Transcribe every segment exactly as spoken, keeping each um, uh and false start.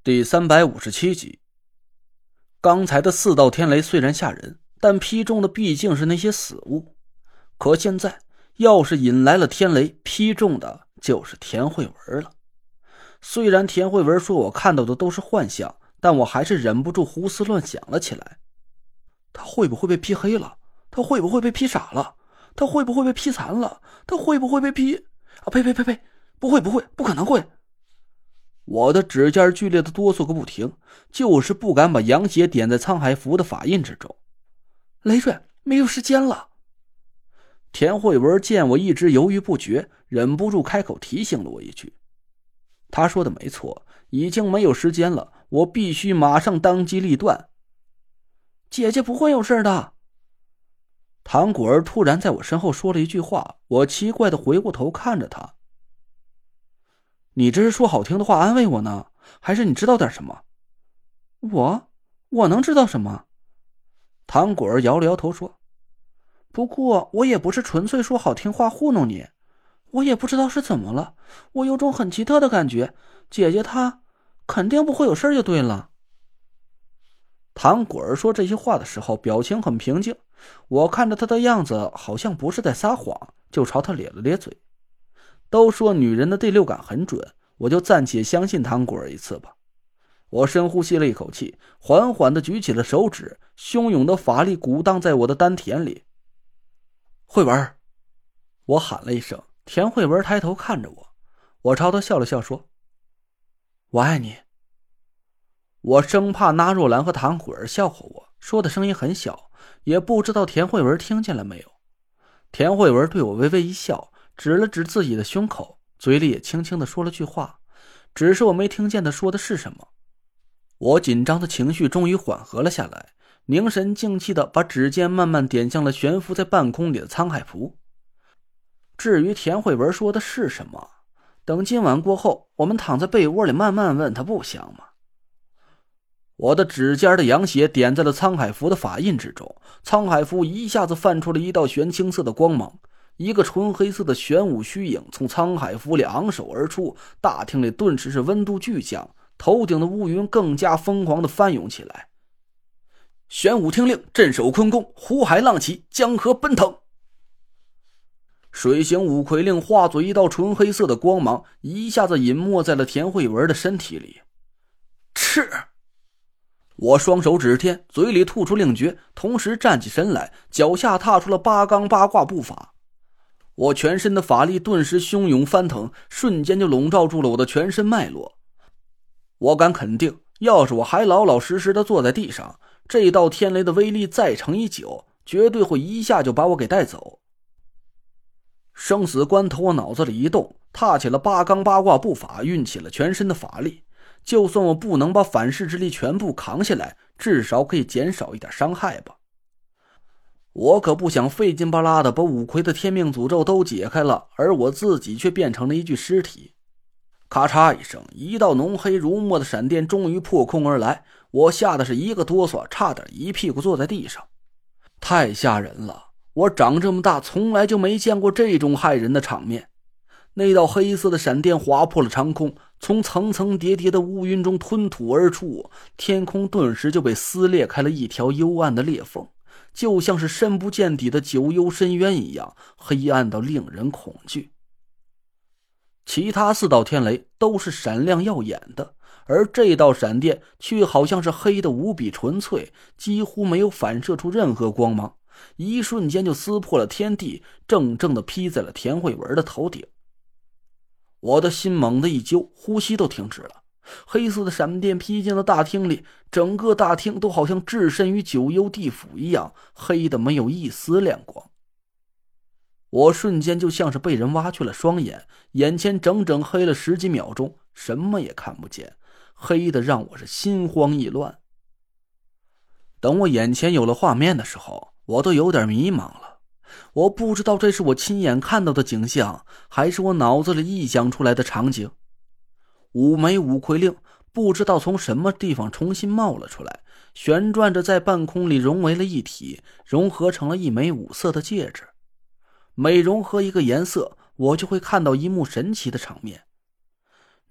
第三百五十七集。刚才的四道天雷虽然吓人，但劈中的毕竟是那些死物。可现在要是引来了天雷，劈中的就是田慧文了。虽然田慧文说我看到的都是幻象，但我还是忍不住胡思乱想了起来。他会不会被劈黑了？他会不会被劈傻了？他会不会被劈残了？他会不会被劈……啊呸呸呸呸！不会不会，不可能会！我的指尖剧烈的哆嗦个不停，就是不敢把羊血点在沧海符的法印之中。雷瑞，没有时间了。田慧文见我一直犹豫不决，忍不住开口提醒了我一句。他说的没错，已经没有时间了，我必须马上当机立断。姐姐不会有事的。唐果儿突然在我身后说了一句话，我奇怪地回过头看着他。你这是说好听的话安慰我呢，还是你知道点什么？我我能知道什么？唐果儿摇了摇头说，不过我也不是纯粹说好听话糊弄你，我也不知道是怎么了，我有种很奇特的感觉，姐姐她肯定不会有事就对了。唐果儿说这些话的时候表情很平静，我看着他的样子好像不是在撒谎，就朝他咧了咧嘴。都说女人的第六感很准，我就暂且相信唐果儿一次吧。我深呼吸了一口气，缓缓地举起了手指，汹涌的法力鼓荡在我的丹田里。慧文，我喊了一声。田慧文抬头看着我，我朝他笑了笑说，我爱你。我生怕纳若兰和唐果儿笑话我，说的声音很小，也不知道田慧文听见了没有。田慧文对我微微一笑，指了指自己的胸口，嘴里也轻轻地说了句话，只是我没听见他说的是什么。我紧张的情绪终于缓和了下来，凝神静气地把指尖慢慢点向了悬浮在半空里的沧海符。至于田慧文说的是什么，等今晚过后，我们躺在被窝里慢慢问他，不香吗？我的指尖的阳血点在了沧海符的法印之中，沧海符一下子泛出了一道玄青色的光芒，一个纯黑色的玄武虚影从沧海符里昂首而出，大厅里顿时是温度巨降，头顶的乌云更加疯狂地翻涌起来。玄武听令，镇守坤宫，湖海浪起，江河奔腾。水形五魁令化作一道纯黑色的光芒，一下子隐没在了田慧文的身体里。赤！我双手指天，嘴里吐出令诀，同时站起身来，脚下踏出了八纲八卦步法。我全身的法力顿时汹涌翻腾，瞬间就笼罩住了我的全身脉络。我敢肯定，要是我还老老实实的坐在地上，这道天雷的威力再乘以九，绝对会一下就把我给带走。生死关头，我脑子里一动，踏起了八纲八卦步法，运起了全身的法力。就算我不能把反噬之力全部扛下来，至少可以减少一点伤害吧。我可不想费劲巴拉的把五魁的天命诅咒都解开了，而我自己却变成了一具尸体。咔嚓一声，一道浓黑如墨的闪电终于破空而来，我吓得是一个哆嗦，差点一屁股坐在地上。太吓人了，我长这么大从来就没见过这种骇人的场面。那道黑色的闪电划破了长空，从层层叠叠的乌云中吞吐而出，天空顿时就被撕裂开了一条幽暗的裂缝，就像是深不见底的九幽深渊一样，黑暗到令人恐惧。其他四道天雷都是闪亮耀眼的，而这道闪电却好像是黑的无比纯粹，几乎没有反射出任何光芒，一瞬间就撕破了天地，正正地劈在了田慧文的头顶。我的心猛地一揪，呼吸都停止了。黑色的闪电劈进了大厅里，整个大厅都好像置身于九幽地府一样，黑的没有一丝亮光。我瞬间就像是被人挖去了双眼，眼前整整黑了十几秒钟，什么也看不见，黑的让我是心慌意乱。等我眼前有了画面的时候，我都有点迷茫了。我不知道这是我亲眼看到的景象，还是我脑子里臆想出来的场景。五枚五魁令不知道从什么地方重新冒了出来，旋转着在半空里融为了一体，融合成了一枚五色的戒指。每融合一个颜色，我就会看到一幕神奇的场面。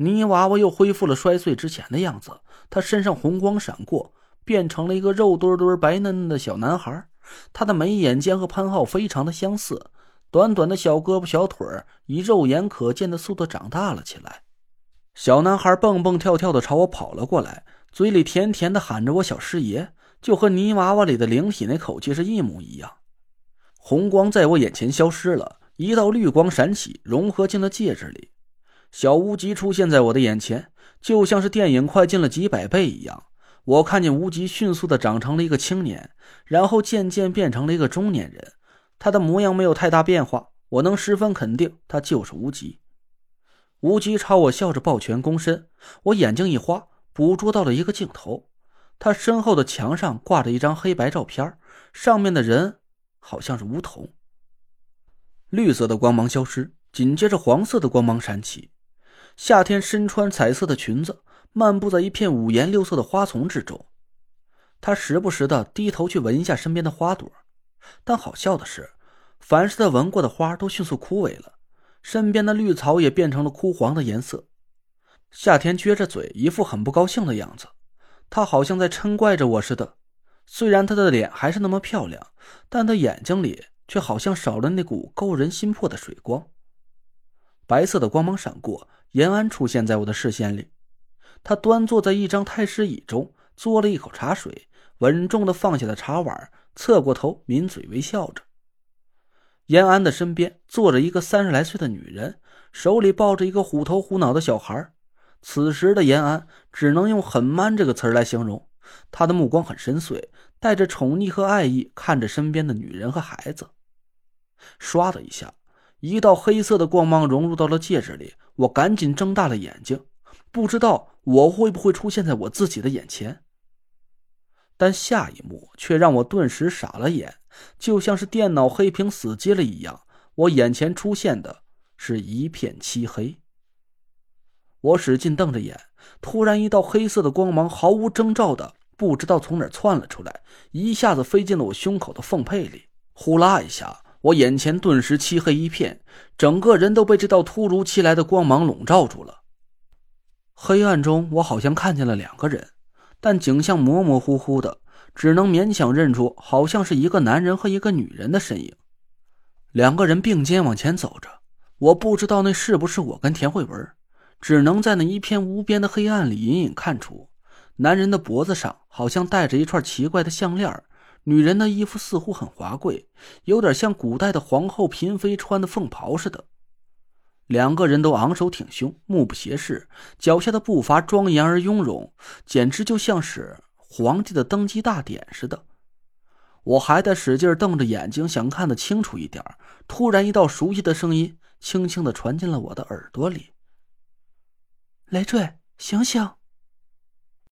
泥娃娃又恢复了摔碎之前的样子，他身上红光闪过，变成了一个肉墩墩白嫩嫩的小男孩。他的眉眼间和潘浩非常的相似，短短的小胳膊小腿以肉眼可见的速度长大了起来。小男孩蹦蹦跳跳的朝我跑了过来，嘴里甜甜的喊着我小师爷，就和泥娃娃里的灵体那口气是一模一样。红光在我眼前消失了，一道绿光闪起，融合进了戒指里。小无极出现在我的眼前，就像是电影快进了几百倍一样。我看见无极迅速的长成了一个青年，然后渐渐变成了一个中年人。他的模样没有太大变化，我能十分肯定他就是无极。无极朝我笑着抱拳躬身，我眼睛一花，捕捉到了一个镜头。他身后的墙上挂着一张黑白照片，上面的人好像是梧桐。绿色的光芒消失，紧接着黄色的光芒闪起。夏天身穿彩色的裙子，漫步在一片五颜六色的花丛之中。他时不时的低头去闻一下身边的花朵，但好笑的是，凡是他闻过的花都迅速枯萎了，身边的绿草也变成了枯黄的颜色。夏天撅着嘴，一副很不高兴的样子，他好像在嗔怪着我似的。虽然他的脸还是那么漂亮，但他眼睛里却好像少了那股勾人心魄的水光。白色的光芒闪过，延安出现在我的视线里。他端坐在一张太师椅中，嘬了一口茶水，稳重地放下了茶碗，侧过头抿嘴微笑着。延安的身边坐着一个三十来岁的女人，手里抱着一个虎头虎脑的小孩。此时的延安只能用很 man 这个词来形容，他的目光很深邃，带着宠溺和爱意看着身边的女人和孩子。唰的一下，一道黑色的光芒融入到了戒指里，我赶紧睁大了眼睛，不知道我会不会出现在我自己的眼前。但下一幕却让我顿时傻了眼，就像是电脑黑屏死机了一样，我眼前出现的是一片漆黑。我使劲瞪着眼，突然一道黑色的光芒毫无征兆的不知道从哪儿窜了出来，一下子飞进了我胸口的缝隙里。呼啦一下，我眼前顿时漆黑一片，整个人都被这道突如其来的光芒笼罩住了。黑暗中我好像看见了两个人，但景象模模糊糊的，只能勉强认出好像是一个男人和一个女人的身影。两个人并肩往前走着，我不知道那是不是我跟田慧文，只能在那一片无边的黑暗里隐隐看出，男人的脖子上好像戴着一串奇怪的项链，女人的衣服似乎很华贵，有点像古代的皇后嫔妃穿的凤袍似的。两个人都昂首挺胸，目不斜视，脚下的步伐庄严而雍容，简直就像是皇帝的登基大典似的。我还在使劲瞪着眼睛想看得清楚一点，突然一道熟悉的声音轻轻地传进了我的耳朵里：累赘，醒醒！